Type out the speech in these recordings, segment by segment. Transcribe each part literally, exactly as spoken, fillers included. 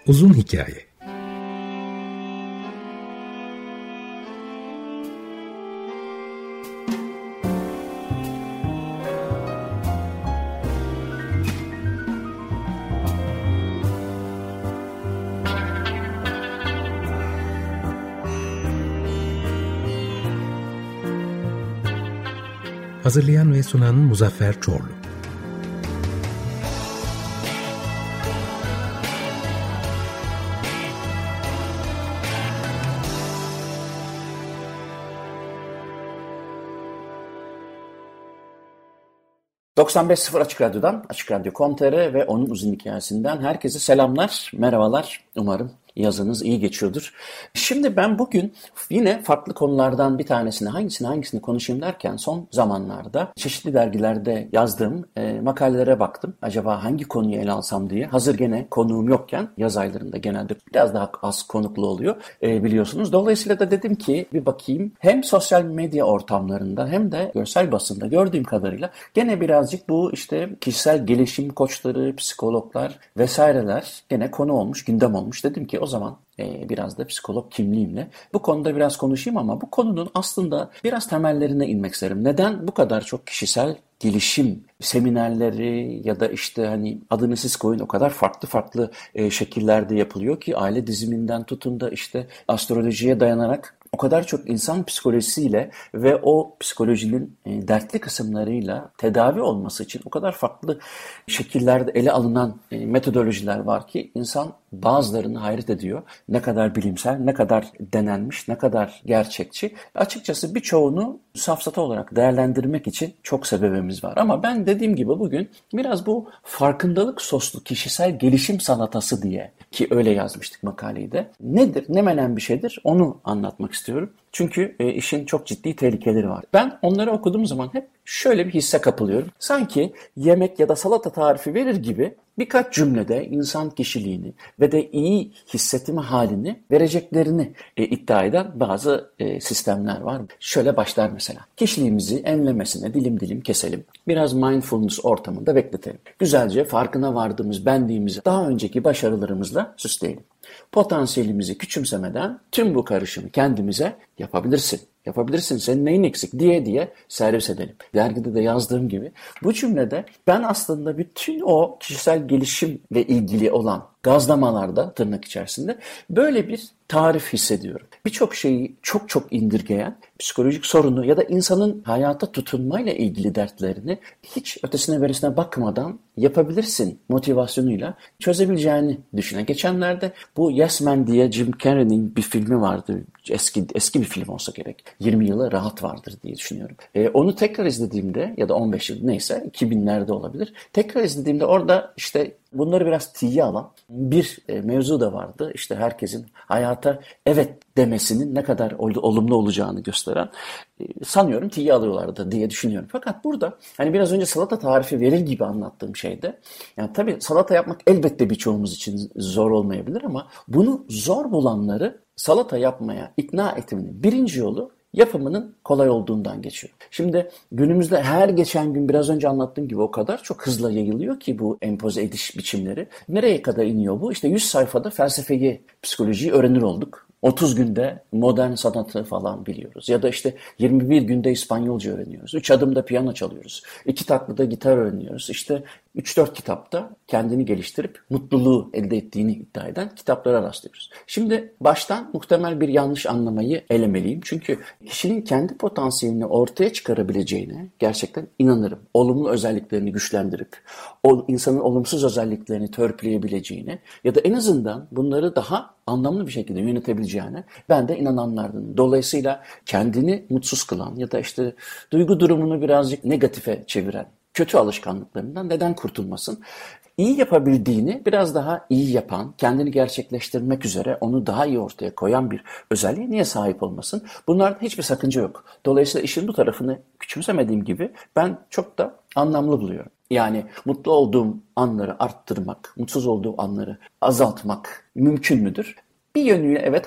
Uzun hikaye. Hazırlayan ve sunan Muzaffer Çorlu. doksan beş sıfır Açık Radyo'dan, Açık Radyo nokta com nokta tr ve onun uzun hikayesinden herkese selamlar, merhabalar. Umarım yazınız iyi geçiyordur. Şimdi ben bugün yine farklı konulardan bir tanesini, hangisini hangisini konuşayım derken son zamanlarda çeşitli dergilerde yazdığım e, makalelere baktım. Acaba hangi konuyu ele alsam diye. Hazır gene konuğum yokken yaz aylarında genelde biraz daha az konuklu oluyor e, biliyorsunuz. Dolayısıyla da dedim ki bir bakayım. Hem sosyal medya ortamlarında hem de görsel basında gördüğüm kadarıyla gene birazcık bu işte kişisel gelişim koçları, psikologlar vesaireler gene konu olmuş, gündem olmuş. Dedim ki o zaman e, biraz da psikolog kimliğimle bu konuda biraz konuşayım ama bu konunun aslında biraz temellerine inmek isterim. Neden bu kadar çok kişisel gelişim seminerleri ya da işte hani adını siz koyun o kadar farklı farklı e, şekillerde yapılıyor ki aile diziminden tutun da işte astrolojiye dayanarak o kadar çok insan psikolojisiyle ve o psikolojinin e, dertli kısımlarıyla tedavi olması için o kadar farklı şekillerde ele alınan e, metodolojiler var ki insan bazılarını hayret ediyor. Ne kadar bilimsel, ne kadar denenmiş, ne kadar gerçekçi. Açıkçası birçoğunu safsata olarak değerlendirmek için çok sebebimiz var. Ama ben dediğim gibi bugün biraz bu farkındalık soslu kişisel gelişim salatası diye ki öyle yazmıştık makaleyi de. Nedir, ne menen bir şeydir onu anlatmak istiyorum. Çünkü e, işin çok ciddi tehlikeleri var. Ben onları okuduğum zaman hep şöyle bir hisse kapılıyorum. Sanki yemek ya da salata tarifi verir gibi birkaç cümlede insan kişiliğini ve de iyi hissetme halini vereceklerini e, iddia eden bazı e, sistemler var. Şöyle başlar mesela. Kişiliğimizi enlemesine dilim dilim keselim. Biraz mindfulness ortamında bekletelim. Güzelce farkına vardığımız benliğimizi daha önceki başarılarımızla süsleyelim. Potansiyelimizi küçümsemeden tüm bu karışımı kendimize yapabilirsin. Yapabilirsin, senin neyin eksik diye diye servis edelim. Dergide de yazdığım gibi bu cümlede ben aslında bütün o kişisel gelişimle ilgili olan gazlamalarda tırnak içerisinde böyle bir tarif hissediyorum. Birçok şeyi çok çok indirgeyen psikolojik sorunu ya da insanın hayata tutunmayla ilgili dertlerini hiç ötesine verisine bakmadan yapabilirsin motivasyonuyla çözebileceğini düşünen. Geçenlerde bu Yes Man diye Jim Carrey'nin bir filmi vardı. Eski eski bir film olsa gerek. yirmi yılı rahat vardır diye düşünüyorum. E, onu tekrar izlediğimde ya da on beş yıl neyse iki binlerde olabilir. Tekrar izlediğimde orada işte bunları biraz tiye alan bir e, mevzu da vardı. İşte herkesin hayata evet demesinin ne kadar ol- olumlu olacağını gösteren e, sanıyorum tiye alıyorlardı diye düşünüyorum. Fakat burada hani biraz önce salata tarifi verir gibi anlattığım şeyde yani tabii salata yapmak elbette birçoğumuz için zor olmayabilir ama bunu zor bulanları salata yapmaya ikna etmenin birinci yolu yapımının kolay olduğundan geçiyor. Şimdi günümüzde her geçen gün biraz önce anlattığım gibi o kadar çok hızla yayılıyor ki bu empoze ediş biçimleri. Nereye kadar iniyor bu? İşte yüz sayfada felsefeyi, psikolojiyi öğrenir olduk. otuz günde modern sanatı falan biliyoruz. Ya da işte yirmi bir günde İspanyolca öğreniyoruz. üç adımda piyano çalıyoruz. iki tatlıda gitar öğreniyoruz. İşte üç dört kitapta kendini geliştirip mutluluğu elde ettiğini iddia eden kitaplara rastlıyoruz. Şimdi baştan muhtemel bir yanlış anlamayı elemeliyim. Çünkü kişinin kendi potansiyelini ortaya çıkarabileceğine gerçekten inanırım. Olumlu özelliklerini güçlendirip o insanın olumsuz özelliklerini törpüleyebileceğine ya da en azından bunları daha anlamlı bir şekilde yönetebileceğine ben de inananlardım. Dolayısıyla kendini mutsuz kılan ya da işte duygu durumunu birazcık negatife çeviren kötü alışkanlıklarından neden kurtulmasın? İyi yapabildiğini biraz daha iyi yapan, kendini gerçekleştirmek üzere onu daha iyi ortaya koyan bir özelliğe niye sahip olmasın? Bunlarda hiçbir sakınca yok. Dolayısıyla işin bu tarafını küçümsemediğim gibi ben çok da anlamlı buluyorum. Yani mutlu olduğum anları arttırmak, mutsuz olduğum anları azaltmak mümkün müdür? Bir yönüyle evet ama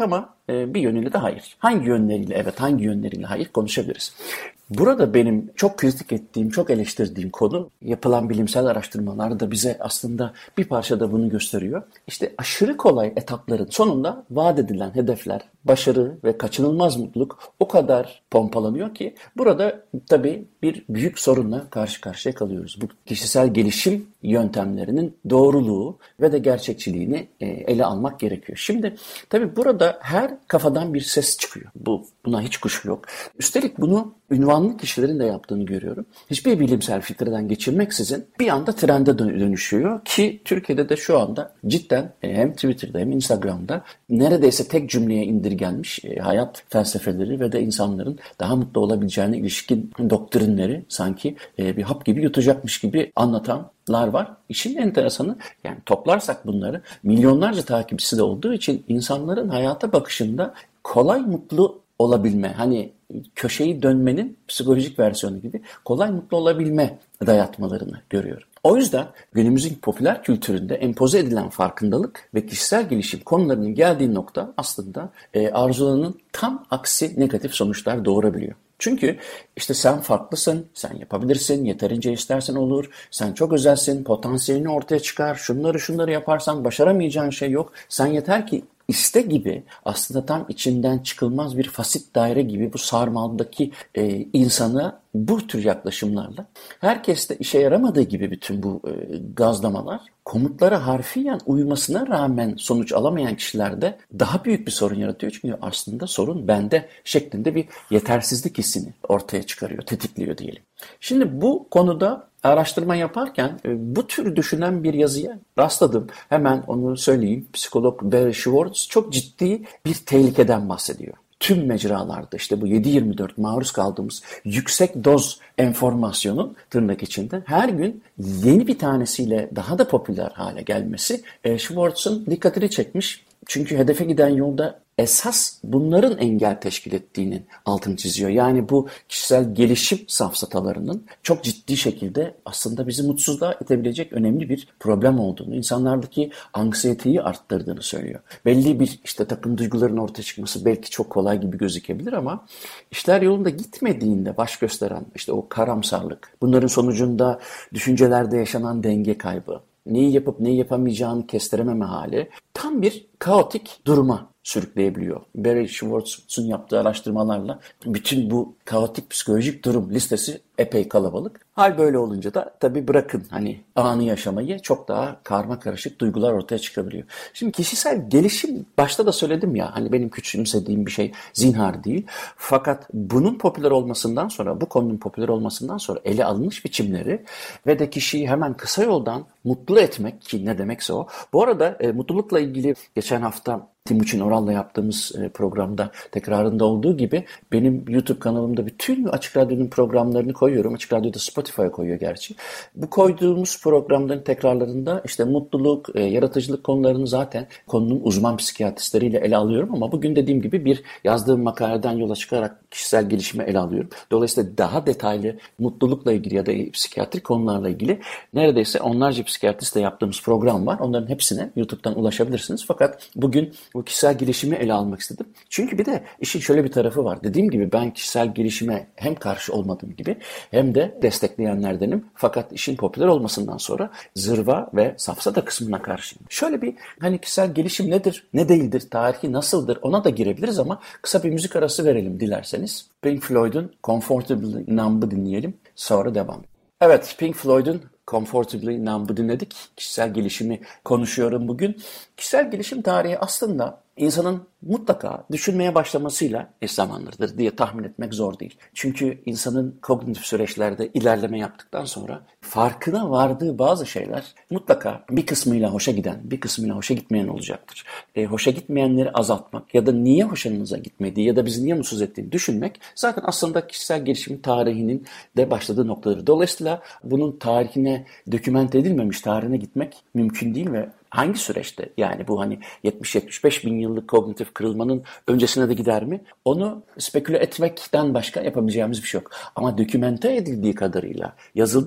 e, bir yönüyle de hayır. Hangi yönleriyle evet, hangi yönleriyle hayır konuşabiliriz. Burada benim çok kritik ettiğim, çok eleştirdiğim konu, yapılan bilimsel araştırmalar da bize aslında bir parça da bunu gösteriyor. İşte aşırı kolay etapların sonunda vaat edilen hedefler, başarı ve kaçınılmaz mutluluk o kadar pompalanıyor ki burada tabii bir büyük sorunla karşı karşıya kalıyoruz. Bu kişisel gelişim yöntemlerinin doğruluğu ve de gerçekçiliğini ele almak gerekiyor. Şimdi tabii burada her kafadan bir ses çıkıyor. Bu buna hiç kuşku yok. Üstelik bunu ünvanlı kişilerin de yaptığını görüyorum. Hiçbir bilimsel filtreden geçirmeksizin bir anda trende dönüşüyor ki Türkiye'de de şu anda cidden hem Twitter'da hem Instagram'da neredeyse tek cümleye indirgenmiş hayat felsefeleri ve de insanların daha mutlu olabileceğine ilişkin doktrinleri sanki bir hap gibi yutacakmış gibi anlatanlar var. İşin enteresanı, yani toplarsak bunları, milyonlarca takipçisi de olduğu için insanların hayata bakışında kolay mutlu olabilme, hani köşeyi dönmenin psikolojik versiyonu gibi kolay mutlu olabilme dayatmalarını görüyorum. O yüzden günümüzün popüler kültüründe empoze edilen farkındalık ve kişisel gelişim konularının geldiği nokta aslında e, arzularının tam aksi negatif sonuçlar doğurabiliyor. Çünkü işte sen farklısın, sen yapabilirsin, yeterince istersen olur, sen çok özelsin, potansiyelini ortaya çıkar, şunları şunları yaparsan başaramayacağın şey yok, sen yeter ki iste gibi aslında tam içinden çıkılmaz bir fasit daire gibi bu sarmaldaki e, insana bu tür yaklaşımlarla herkeste işe yaramadığı gibi bütün bu e, gazlamalar komutlara harfiyen uymasına rağmen sonuç alamayan kişilerde daha büyük bir sorun yaratıyor. Çünkü aslında sorun bende şeklinde bir yetersizlik hissini ortaya çıkarıyor, tetikliyor diyelim. Şimdi bu konuda araştırma yaparken bu tür düşünen bir yazıya rastladım. Hemen onu söyleyeyim. Psikolog Barry Schwartz çok ciddi bir tehlikeden bahsediyor. Tüm mecralarda işte bu yedi yirmi dört maruz kaldığımız yüksek doz enformasyonun tırnak içinde her gün yeni bir tanesiyle daha da popüler hale gelmesi Schwartz'ın dikkatini çekmiş. Çünkü hedefe giden yolda esas bunların engel teşkil ettiğinin altını çiziyor. Yani bu kişisel gelişim safsatalarının çok ciddi şekilde aslında bizi mutsuzluğa itebilecek önemli bir problem olduğunu, insanlardaki anksiyeteyi arttırdığını söylüyor. Belli bir işte takım duyguların ortaya çıkması belki çok kolay gibi gözükebilir ama işler yolunda gitmediğinde baş gösteren işte o karamsarlık, bunların sonucunda düşüncelerde yaşanan denge kaybı, neyi yapıp neyi yapamayacağını kestirememe hali tam bir kaotik duruma sürükleyebiliyor. Barry Schwartz'un yaptığı araştırmalarla bütün bu kaotik psikolojik durum listesi epey kalabalık. Hal böyle olunca da tabii bırakın hani anı yaşamayı, çok daha karma karışık duygular ortaya çıkabiliyor. Şimdi kişisel gelişim, başta da söyledim ya, hani benim küçümsediğim bir şey zinhar değil. Fakat bunun popüler olmasından sonra, bu konunun popüler olmasından sonra ele alınmış biçimleri ve de kişiyi hemen kısa yoldan mutlu etmek, ki ne demekse o. Bu arada e, mutlulukla ilgili geçen hafta Timuçin Oral'la yaptığımız programda tekrarında olduğu gibi benim YouTube kanalımda bütün Açık Radyo'nun programlarını koyuyorum. Açık Radyo'da Spotify'a koyuyor gerçi. Bu koyduğumuz programların tekrarlarında işte mutluluk, e, yaratıcılık konularını zaten konunun uzman psikiyatristleriyle ele alıyorum ama bugün dediğim gibi bir yazdığım makaleden yola çıkarak kişisel gelişimi ele alıyorum. Dolayısıyla daha detaylı mutlulukla ilgili ya da psikiyatrik konularla ilgili neredeyse onlarca psikiyatristle yaptığımız program var. Onların hepsine YouTube'dan ulaşabilirsiniz. Fakat bugün bu kişisel gelişimi ele almak istedim. Çünkü bir de işin şöyle bir tarafı var. Dediğim gibi ben kişisel gelişime hem karşı olmadığım gibi hem de destekleyenlerdenim. Fakat işin popüler olmasından sonra zırva ve safsata kısmına karşıyım. Şöyle bir hani kişisel gelişim nedir, ne değildir, tarihi nasıldır ona da girebiliriz ama kısa bir müzik arası verelim dilerseniz. Pink Floyd'un Comfortably Numb'ı dinleyelim. Sonra devam. Evet, Pink Floyd'un Comfortably Numb'ı dinledik. Kişisel gelişimi konuşuyorum bugün. Kişisel gelişim tarihi aslında insanın mutlaka düşünmeye başlamasıyla eş zamanlıdır diye tahmin etmek zor değil. Çünkü insanın kognitif süreçlerde ilerleme yaptıktan sonra farkına vardığı bazı şeyler mutlaka bir kısmıyla hoşa giden, bir kısmıyla hoşa gitmeyen olacaktır. E, hoşa gitmeyenleri azaltmak ya da niye hoşunuza gitmediği ya da bizi niye mutsuz ettiğini düşünmek zaten aslında kişisel gelişim tarihinin de başladığı noktadır. Dolayısıyla bunun tarihine, dokümente edilmemiş tarihine gitmek mümkün değil ve hangi süreçte, yani bu hani yetmiş yetmiş beş bin yıllık kognitif kırılmanın öncesine de gider mi? Onu speküle etmekten başka yapabileceğimiz bir şey yok. Ama dokümente edildiği kadarıyla, yazıldığı kadarıyla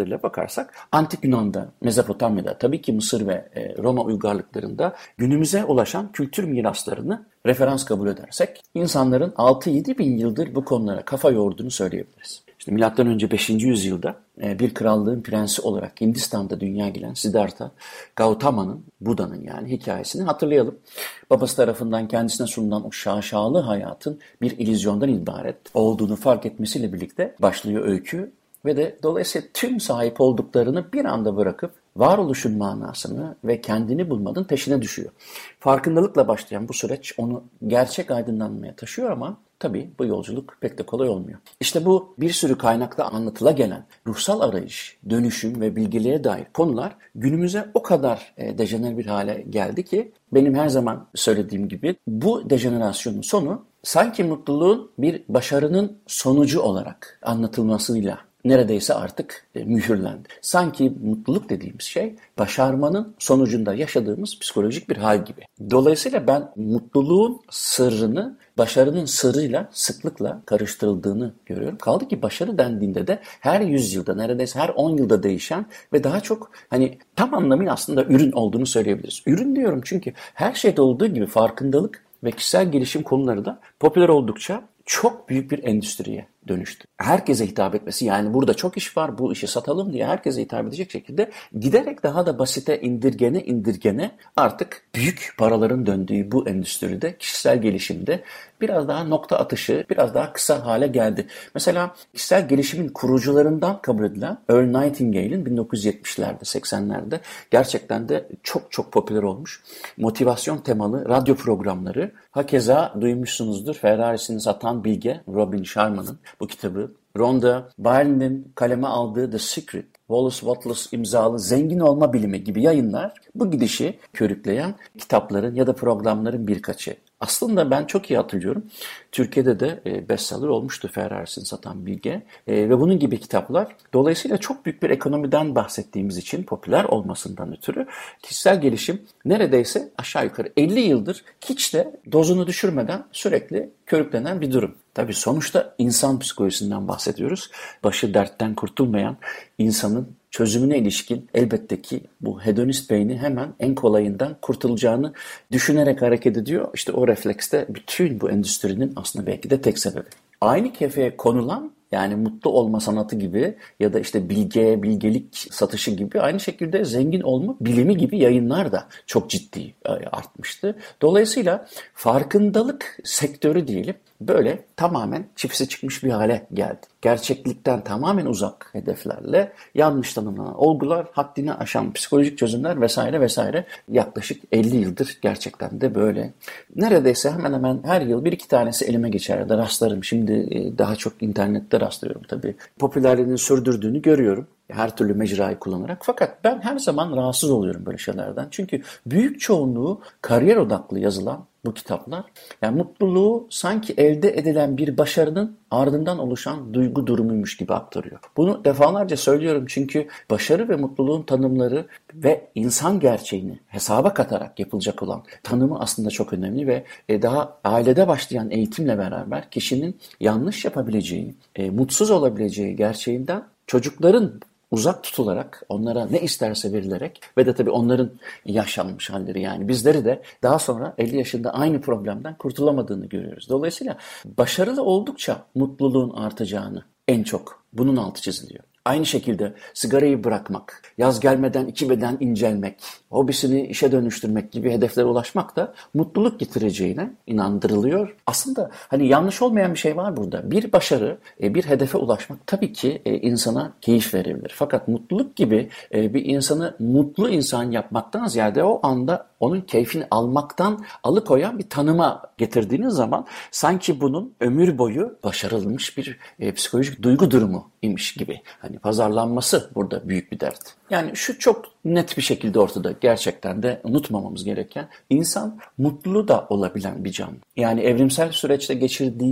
gözleriyle bakarsak Antik Yunan'da, Mezopotamya'da, tabii ki Mısır ve Roma uygarlıklarında günümüze ulaşan kültür miraslarını referans kabul edersek insanların altı yedi bin yıldır bu konulara kafa yorduğunu söyleyebiliriz. İşte milattan önce beşinci yüzyılda bir krallığın prensi olarak Hindistan'da dünyaya gelen Siddhartha Gautama'nın, Buda'nın yani hikayesini hatırlayalım. Babası tarafından kendisine sunulan o şaşalı hayatın bir illüzyondan ibaret olduğunu fark etmesiyle birlikte başlıyor öykü ve de dolayısıyla tüm sahip olduklarını bir anda bırakıp varoluşun manasını ve kendini bulmanın peşine düşüyor. Farkındalıkla başlayan bu süreç onu gerçek aydınlanmaya taşıyor ama tabii bu yolculuk pek de kolay olmuyor. İşte bu bir sürü kaynakta anlatıla gelen ruhsal arayış, dönüşüm ve bilgeliğe dair konular günümüze o kadar e, dejener bir hale geldi ki benim her zaman söylediğim gibi bu dejenerasyonun sonu sanki mutluluğun bir başarının sonucu olarak anlatılmasıyla neredeyse artık e, mühürlendi. Sanki mutluluk dediğimiz şey başarmanın sonucunda yaşadığımız psikolojik bir hal gibi. Dolayısıyla ben mutluluğun sırrını başarının sırrıyla sıklıkla karıştırıldığını görüyorum. Kaldı ki başarı dendiğinde de her yüzyılda neredeyse her on yılda değişen ve daha çok hani tam anlamıyla aslında ürün olduğunu söyleyebiliriz. Ürün diyorum çünkü her şeyde olduğu gibi farkındalık ve kişisel gelişim konuları da popüler oldukça çok büyük bir endüstriye dönüştü. Herkese hitap etmesi, yani burada çok iş var, bu işi satalım diye herkese hitap edecek şekilde giderek daha da basite indirgene indirgene artık büyük paraların döndüğü bu endüstride kişisel gelişimde biraz daha nokta atışı, biraz daha kısa hale geldi. Mesela kişisel gelişimin kurucularından kabul edilen Earl Nightingale'in bin dokuz yüz yetmişlerde, seksenlerde gerçekten de çok çok popüler olmuş motivasyon temalı radyo programları. Hakeza duymuşsunuzdur, Ferrari'sini satan bilge Robin Sharma'nın bu kitabı. Rhonda Byrne'nin kaleme aldığı The Secret, Wallace Wattles imzalı Zengin Olma Bilimi gibi yayınlar bu gidişi körükleyen kitapların ya da programların birkaçı. Aslında ben çok iyi hatırlıyorum. Türkiye'de de bestseller olmuştu Ferrari'sini satan bilge ve bunun gibi kitaplar. Dolayısıyla çok büyük bir ekonomiden bahsettiğimiz için popüler olmasından ötürü kişisel gelişim neredeyse aşağı yukarı elli yıldır hiç de dozunu düşürmeden sürekli körüklenen bir durum. Tabii sonuçta insan psikolojisinden bahsediyoruz. Başı dertten kurtulmayan insanın çözümüne ilişkin elbette ki bu hedonist beyni hemen en kolayından kurtulacağını düşünerek hareket ediyor. İşte o reflekste bütün bu endüstrinin aslında belki de tek sebebi. Aynı kefeye konulan, yani mutlu olma sanatı gibi ya da işte bilge, bilgelik satışı gibi aynı şekilde zengin olma bilimi gibi yayınlar da çok ciddi artmıştı. Dolayısıyla farkındalık sektörü diyelim böyle tamamen çipsi çıkmış bir hale geldi. Gerçeklikten tamamen uzak hedeflerle yanlış tanımlanan olgular, haddini aşan psikolojik çözümler vesaire vesaire yaklaşık elli yıldır gerçekten de böyle. Neredeyse hemen hemen her yıl bir iki tanesi elime geçer ya da rastlarım. Şimdi daha çok internette rastlıyorum tabii. Popülerliğini sürdürdüğünü görüyorum. Her türlü mecrayı kullanarak. Fakat ben her zaman rahatsız oluyorum böyle şeylerden. Çünkü büyük çoğunluğu kariyer odaklı yazılan bu kitaplar, yani mutluluğu sanki elde edilen bir başarının ardından oluşan duygu durumuymuş gibi aktarıyor. Bunu defalarca söylüyorum çünkü başarı ve mutluluğun tanımları ve insan gerçeğini hesaba katarak yapılacak olan tanımı aslında çok önemli ve daha ailede başlayan eğitimle beraber kişinin yanlış yapabileceği, mutsuz olabileceği gerçeğinden çocukların uzak tutularak, onlara ne isterse verilerek ve de tabii onların yaşanmış halleri, yani bizleri de daha sonra elli yaşında aynı problemden kurtulamadığını görüyoruz. Dolayısıyla başarılı oldukça mutluluğun artacağını en çok bunun altı çiziliyor. Aynı şekilde sigarayı bırakmak, yaz gelmeden iki beden incelmek, hobisini işe dönüştürmek gibi hedeflere ulaşmak da mutluluk getireceğine inandırılıyor. Aslında hani yanlış olmayan bir şey var burada. Bir başarı, bir hedefe ulaşmak tabii ki insana keyif verebilir. Fakat mutluluk gibi bir insanı mutlu insan yapmaktan ziyade o anda onun keyfini almaktan alıkoyan bir tanıma getirdiğiniz zaman sanki bunun ömür boyu başarılmış bir e, psikolojik duygu durumu imiş gibi. Hani pazarlanması burada büyük bir dert. Yani şu çok net bir şekilde ortada, gerçekten de unutmamamız gereken, insan mutlu da olabilen bir canlı. Yani evrimsel süreçte geçirdiğimiz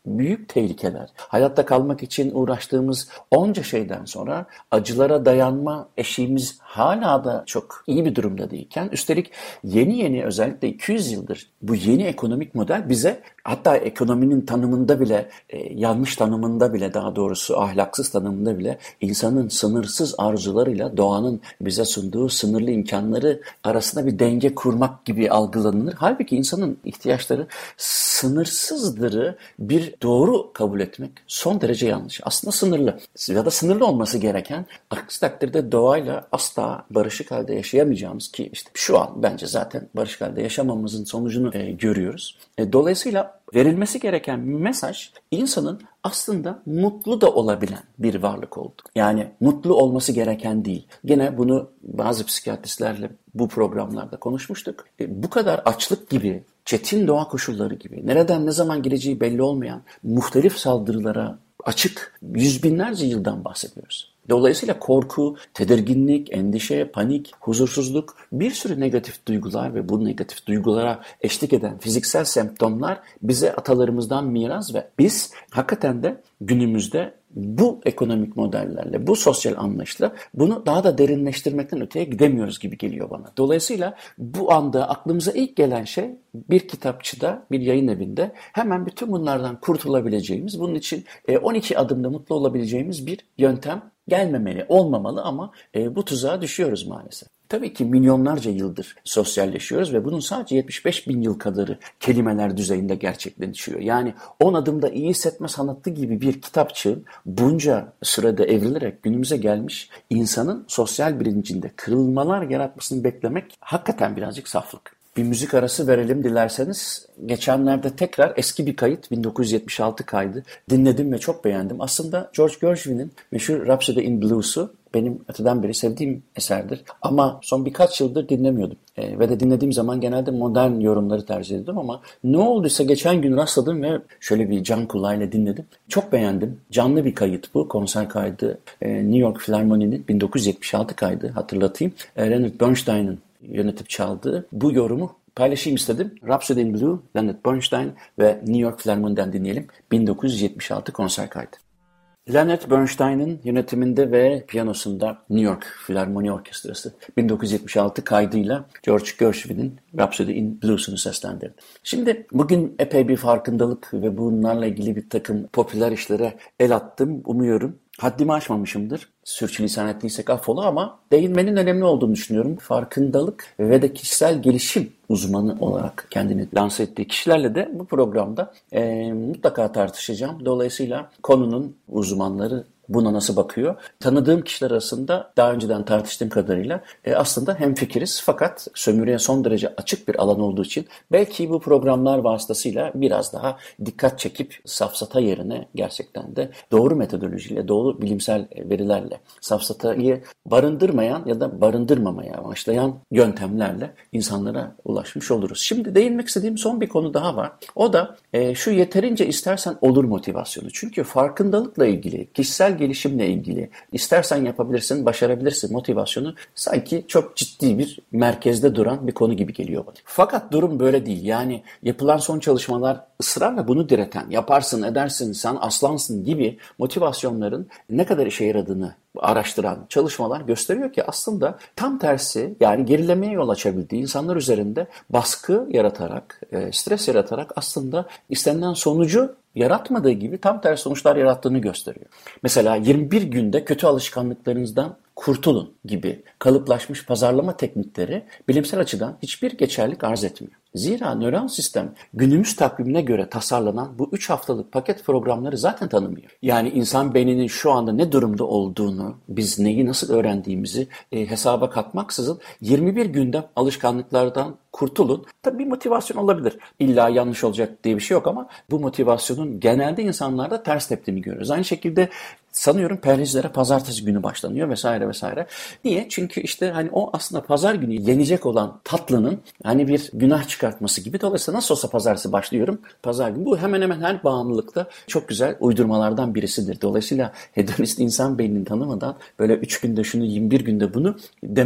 büyük tehlikeler. Hayatta kalmak için uğraştığımız onca şeyden sonra acılara dayanma eşiğimiz hala da çok iyi bir durumda değilken, üstelik yeni yeni özellikle iki yüz yıldır bu yeni ekonomik model bize, hatta ekonominin tanımında bile e, yanlış tanımında bile, daha doğrusu ahlaksız tanımında bile insanın sınırsız arzularıyla doğanın bize sunduğu sınırlı imkanları arasında bir denge kurmak gibi algılanır. Halbuki insanın ihtiyaçları sınırsızdırı bir doğru kabul etmek son derece yanlış. Aslında sınırlı ya da sınırlı olması gereken, aksi takdirde doğayla asla barışık halde yaşayamayacağımız, ki işte şu an bence zaten barışık halde yaşamamızın sonucunu e, görüyoruz. E, dolayısıyla verilmesi gereken bir mesaj, insanın aslında mutlu da olabilen bir varlık olduk. Yani mutlu olması gereken değil. Gene bunu bazı psikiyatristlerle bu programlarda konuşmuştuk. E, bu kadar açlık gibi, çetin doğa koşulları gibi, nereden ne zaman geleceği belli olmayan muhtelif saldırılara açık yüz binlerce yıldan bahsediyoruz. Dolayısıyla korku, tedirginlik, endişe, panik, huzursuzluk, bir sürü negatif duygular ve bu negatif duygulara eşlik eden fiziksel semptomlar bize atalarımızdan miras ve biz hakikaten de günümüzde bu ekonomik modellerle, bu sosyal anlayışla bunu daha da derinleştirmekten öteye gidemiyoruz gibi geliyor bana. Dolayısıyla bu anda aklımıza ilk gelen şey, bir kitapçıda, bir yayın evinde hemen bütün bunlardan kurtulabileceğimiz, bunun için on iki adımda mutlu olabileceğimiz bir yöntem gelmemeli, olmamalı, ama bu tuzağa düşüyoruz maalesef. Tabii ki milyonlarca yıldır sosyalleşiyoruz ve bunun sadece yetmiş beş bin yıl kadarı kelimeler düzeyinde gerçekleşiyor. Yani on adımda iyi hissetme sanatı gibi bir kitapçığın bunca sürede evrilerek günümüze gelmiş insanın sosyal bilincinde kırılmalar yaratmasını beklemek hakikaten birazcık saflık. Bir müzik arası verelim dilerseniz. Geçenlerde tekrar eski bir kayıt, bin dokuz yüz yetmiş altı kaydı dinledim ve çok beğendim. Aslında George Gershwin'in meşhur Rhapsody in Blues'u benim öteden beri sevdiğim eserdir. Ama son birkaç yıldır dinlemiyordum. E, ve de dinlediğim zaman genelde modern yorumları tercih ediyordum, ama ne olduysa geçen gün rastladım ve şöyle bir can kulağıyla dinledim. Çok beğendim. Canlı bir kayıt bu. Konser kaydı. E, New York Philharmonie'nin bin dokuz yüz yetmiş altı kaydı, hatırlatayım. E, Leonard Bernstein'in yönetip çaldığı bu yorumu paylaşayım istedim. Rhapsody in Blue, Leonard Bernstein ve New York Philharmonie'den dinleyelim. bin dokuz yüz yetmiş altı konser kaydı. Leonard Bernstein'in yönetiminde ve piyanosunda New York Philharmonie Orkestrası bin dokuz yüz yetmiş altı kaydıyla George Gershwin'in Rhapsody in Blues'unu seslendirdi. Şimdi bugün epey bir farkındalık ve bunlarla ilgili bir takım popüler işlere el attım. Umuyorum haddimi aşmamışımdır. Sürçülisan ettiysek affola, ama değinmenin önemli olduğunu düşünüyorum. Farkındalık ve de kişisel gelişim uzmanı olarak kendini lanse ettiği kişilerle de bu programda e, mutlaka tartışacağım. Dolayısıyla konunun uzmanları buna nasıl bakıyor? Tanıdığım kişiler arasında daha önceden tartıştığım kadarıyla e, aslında hemfikiriz, fakat sömürüye son derece açık bir alan olduğu için belki bu programlar vasıtasıyla biraz daha dikkat çekip safsata yerine gerçekten de doğru metodolojiyle, doğru bilimsel verilerle, safsatayı barındırmayan ya da barındırmamaya amaçlayan yöntemlerle insanlara ulaşmış oluruz. Şimdi değinmek istediğim son bir konu daha var. O da e, şu yeterince istersen olur motivasyonu. Çünkü farkındalıkla ilgili, kişisel gelişimle ilgili, istersen yapabilirsin, başarabilirsin motivasyonu sanki çok ciddi bir merkezde duran bir konu gibi geliyor bana. Fakat durum böyle değil. Yani yapılan son çalışmalar ısrarla bunu direten, yaparsın, edersin, sen aslansın gibi motivasyonların ne kadar işe yaradığını araştıran çalışmalar gösteriyor ki aslında tam tersi, yani gerilemeye yol açabildiği, insanlar üzerinde baskı yaratarak, stres yaratarak aslında istenilen sonucu yaratmadığı gibi tam tersi sonuçlar yarattığını gösteriyor. Mesela yirmi bir günde kötü alışkanlıklarınızdan kurtulun gibi kalıplaşmış pazarlama teknikleri bilimsel açıdan hiçbir geçerlilik arz etmiyor. Zira nöral sistem günümüz takvimine göre tasarlanan bu üç haftalık paket programları zaten tanımıyor. Yani insan beyninin şu anda ne durumda olduğunu, biz neyi nasıl öğrendiğimizi e, hesaba katmaksızın yirmi bir günde alışkanlıklardan kurtulun. Tabii bir motivasyon olabilir. İlla yanlış olacak diye bir şey yok, ama bu motivasyonun genelde insanlarda ters teptiğini görüyoruz. Aynı şekilde sanıyorum perhizlere pazartesi günü başlanıyor vesaire vesaire. Niye? Çünkü işte hani o aslında pazar günü yenecek olan tatlının hani bir günah çıkartması gibi. Dolayısıyla nasıl olsa pazartesi başlıyorum. Pazar günü. Bu hemen hemen her bağımlılıkta çok güzel uydurmalardan birisidir. Dolayısıyla hedonist insan beynini tanımadan böyle üç günde şunu, yirmi bir günde bunu demek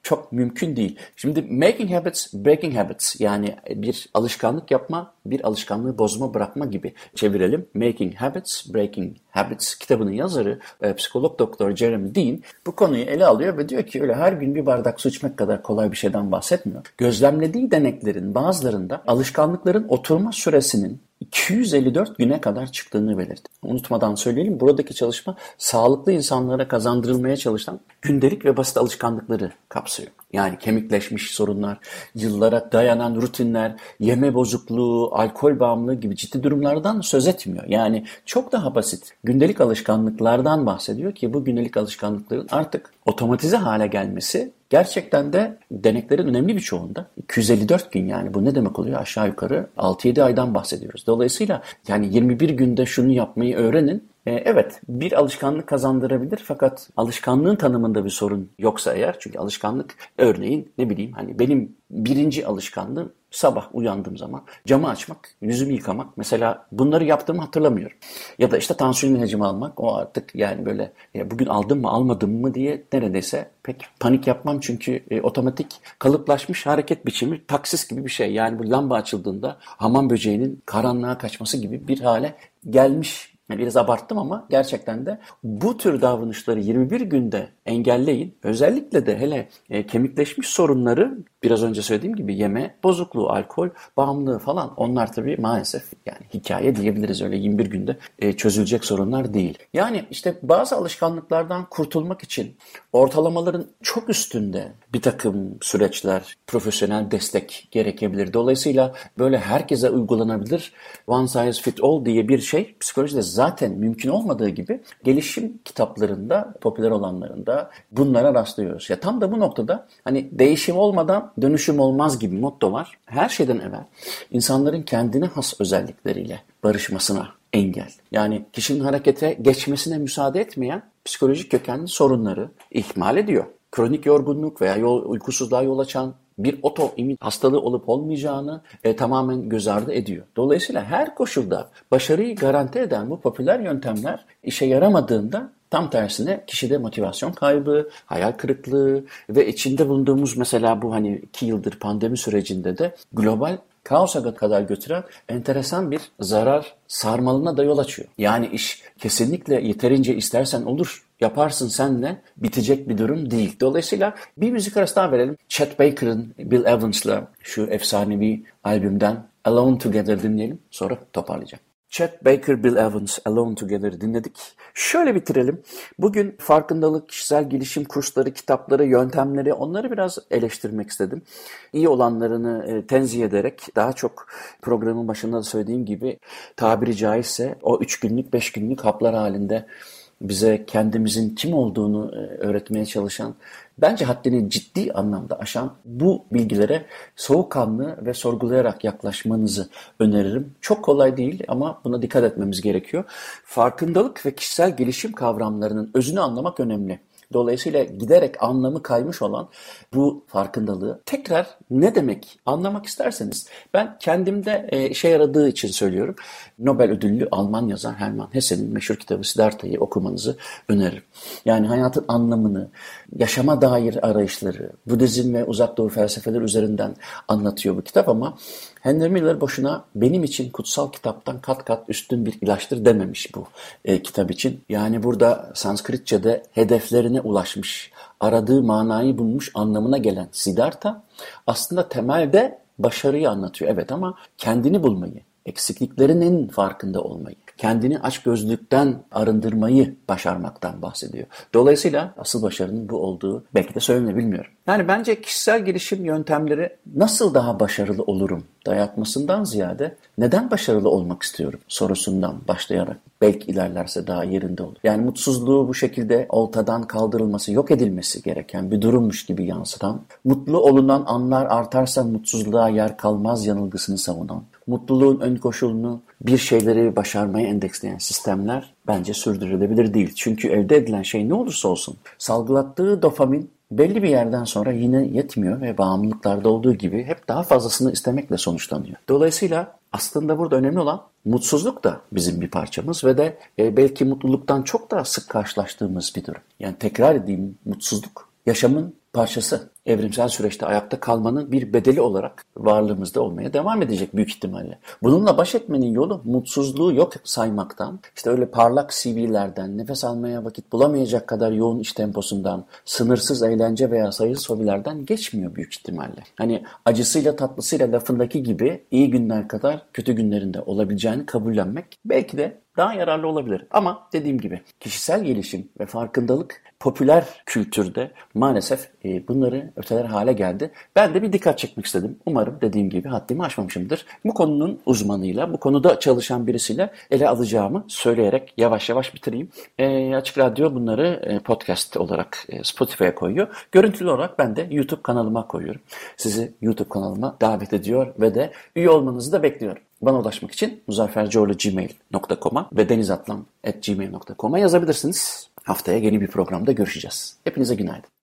çok mümkün değil. Şimdi making habits, breaking habits, yani bir alışkanlık yapma, bir alışkanlığı bozma, bırakma gibi çevirelim. Making habits, breaking habits kitabının yazarı e, psikolog doktor Jeremy Dean bu konuyu ele alıyor ve diyor ki öyle her gün bir bardak su içmek kadar kolay bir şeyden bahsetmiyor. Gözlemlediği deneklerin bazılarında alışkanlıkların oturma süresinin iki yüz elli dört güne kadar çıktığını belirtti. Unutmadan söyleyelim, buradaki çalışma sağlıklı insanlara kazandırılmaya çalışılan gündelik ve basit alışkanlıkları kapsıyor. Yani kemikleşmiş sorunlar, yıllara dayanan rutinler, yeme bozukluğu, alkol bağımlılığı gibi ciddi durumlardan söz etmiyor. Yani çok daha basit gündelik alışkanlıklardan bahsediyor ki bu gündelik alışkanlıkların artık otomatize hale gelmesi gerçekten de deneklerin önemli bir çoğunda iki yüz elli dört gün, yani bu ne demek oluyor? Aşağı yukarı altı yedi aydan bahsediyoruz. Dolayısıyla yani yirmi bir günde şunu yapmayı öğrenin. Ee, evet, bir alışkanlık kazandırabilir fakat alışkanlığın tanımında bir sorun yoksa eğer, çünkü alışkanlık örneğin ne bileyim hani benim birinci alışkanlığım sabah uyandığım zaman camı açmak, yüzümü yıkamak. Mesela bunları yaptığımı hatırlamıyorum. Ya da işte tansiyon ilacımı almak. O artık yani böyle ya bugün aldım mı almadım mı diye neredeyse pek panik yapmam. Çünkü e, otomatik kalıplaşmış hareket biçimi taksis gibi bir şey. Yani bu lamba açıldığında hamam böceğinin karanlığa kaçması gibi bir hale gelmiş. Yani biraz abarttım ama gerçekten de bu tür davranışları yirmi bir günde engelleyin. Özellikle de hele e, kemikleşmiş sorunları, biraz önce söylediğim gibi yeme bozukluğu, alkol bağımlılığı falan, onlar tabii maalesef yani hikaye diyebiliriz, öyle yirmi bir günde e, çözülecek sorunlar değil. Yani işte bazı alışkanlıklardan kurtulmak için ortalamaların çok üstünde bir takım süreçler, profesyonel destek gerekebilir. Dolayısıyla böyle herkese uygulanabilir one size fit all diye bir şey psikolojide zaten mümkün olmadığı gibi gelişim kitaplarında, popüler olanlarında bunlara rastlıyoruz. Ya tam da bu noktada hani değişim olmadan dönüşüm olmaz gibi motto var. Her şeyden evvel insanların kendine has özellikleriyle barışmasına engel. Yani kişinin harekete geçmesine müsaade etmeyen psikolojik kökenli sorunları ihmal ediyor. Kronik yorgunluk veya yol, uykusuzluğa yol açan bir otoimmün hastalığı olup olmayacağını e, tamamen göz ardı ediyor. Dolayısıyla her koşulda başarıyı garanti eden bu popüler yöntemler işe yaramadığında tam tersine kişide motivasyon kaybı, hayal kırıklığı ve içinde bulunduğumuz mesela bu hani iki yıldır pandemi sürecinde de global kaosa kadar götüren enteresan bir zarar sarmalına da yol açıyor. Yani iş kesinlikle yeterince istersen olur, yaparsın senle bitecek bir durum değil. Dolayısıyla bir müzik arası daha verelim. Chet Baker'ın Bill Evans'la şu efsanevi albümden Alone Together dinleyelim. Sonra toparlayacağım. Chet Baker, Bill Evans, Alone Together dinledik. Şöyle bitirelim. Bugün farkındalık, kişisel gelişim kursları, kitapları, yöntemleri, onları biraz eleştirmek istedim. İyi olanlarını e, tenzih ederek, daha çok programın başında da söylediğim gibi tabiri caizse o üç günlük, beş günlük haplar halinde bize kendimizin kim olduğunu öğretmeye çalışan, bence haddini ciddi anlamda aşan bu bilgilere soğukkanlı ve sorgulayarak yaklaşmanızı öneririm. Çok kolay değil ama buna dikkat etmemiz gerekiyor. Farkındalık ve kişisel gelişim kavramlarının özünü anlamak önemli. Dolayısıyla giderek anlamı kaymış olan bu farkındalığı tekrar ne demek anlamak isterseniz, ben kendimde e, işe yaradığı için söylüyorum. Nobel ödüllü Alman yazar Hermann Hesse'nin meşhur kitabı Siddhartha'yı okumanızı öneririm. Yani hayatın anlamını, yaşama dair arayışları, Budizm ve Uzak Doğu felsefeleri üzerinden anlatıyor bu kitap ama Henry Miller boşuna benim için kutsal kitaptan kat kat üstün bir ilaçtır dememiş bu e, kitap için. Yani burada Sanskritçe'de hedeflerine ulaşmış, aradığı manayı bulmuş anlamına gelen Siddhartha aslında temelde başarıyı anlatıyor. Evet, ama kendini bulmayı, eksikliklerinin farkında olmayı, kendini açgözlülükten arındırmayı başarmaktan bahsediyor. Dolayısıyla asıl başarının bu olduğu belki de söylenir, bilmiyorum. Yani bence kişisel gelişim yöntemleri nasıl daha başarılı olurum dayatmasından ziyade neden başarılı olmak istiyorum sorusundan başlayarak belki ilerlerse daha yerinde olur. Yani mutsuzluğu bu şekilde ortadan kaldırılması, yok edilmesi gereken bir durummuş gibi yansıtan, mutlu olunan anlar artarsa mutsuzluğa yer kalmaz yanılgısını savunan, mutluluğun ön koşulunu bir şeyleri başarmaya endeksleyen sistemler bence sürdürülebilir değil. Çünkü elde edilen şey ne olursa olsun salgılattığı dopamin belli bir yerden sonra yine yetmiyor ve bağımlılıklarda olduğu gibi hep daha fazlasını istemekle sonuçlanıyor. Dolayısıyla aslında burada önemli olan mutsuzluk da bizim bir parçamız ve de e, belki mutluluktan çok daha sık karşılaştığımız bir durum. Yani tekrar edeyim, mutsuzluk yaşamın parçası. evrimsel süreçte ayakta kalmanın bir bedeli olarak varlığımızda olmaya devam edecek büyük ihtimalle. Bununla baş etmenin yolu mutsuzluğu yok saymaktan, işte öyle parlak C V'lerden, nefes almaya vakit bulamayacak kadar yoğun iş temposundan, sınırsız eğlence veya sayısız hobilerden geçmiyor büyük ihtimalle. Hani acısıyla tatlısıyla lafındaki gibi iyi günler kadar kötü günlerinde olabileceğini kabullenmek belki de daha yararlı olabilir. Ama dediğim gibi kişisel gelişim ve farkındalık popüler kültürde maalesef e, bunları öteler hale geldi. Ben de bir dikkat çekmek istedim. Umarım dediğim gibi haddimi aşmamışımdır. Bu konunun uzmanıyla, bu konuda çalışan birisiyle ele alacağımı söyleyerek yavaş yavaş bitireyim. E, Açık Radyo bunları e, podcast olarak e, Spotify'a koyuyor. Görüntülü olarak ben de YouTube kanalıma koyuyorum. Sizi YouTube kanalıma davet ediyor ve de üye olmanızı da bekliyorum. Bana ulaşmak için muzaffercoğlu at gmail nokta com'a ve denizatlam at gmail nokta com'a yazabilirsiniz. Haftaya yeni bir programda görüşeceğiz. Hepinize günaydın.